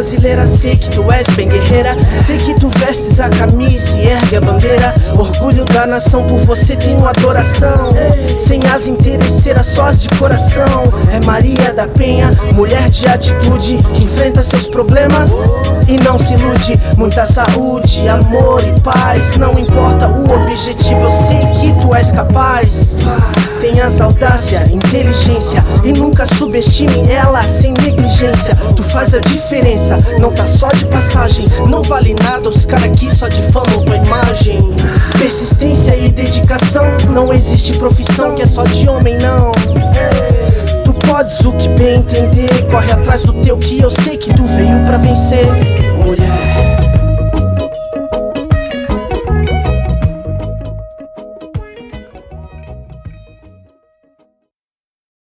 brasileira, sei que tu és bem guerreira. Sei que tu vestes a camisa e ergue a bandeira. Orgulho da nação, por você tenho adoração. Sem as interesseiras, só as de coração. É Maria da Penha, mulher de atitude, que enfrenta seus problemas e não se ilude. Muita saúde, amor e paz. Não importa o objetivo, eu sei que tu és capaz. Tenhas audácia, inteligência e nunca subestime ela sem negligência. Tu faz a diferença, não tá só de passagem. Não vale nada os cara que só difamam tua imagem. Persistência e dedicação, não existe profissão que é só de homem não. Tu podes o que bem entender, corre atrás do teu que eu sei que tu veio pra vencer. Mulher.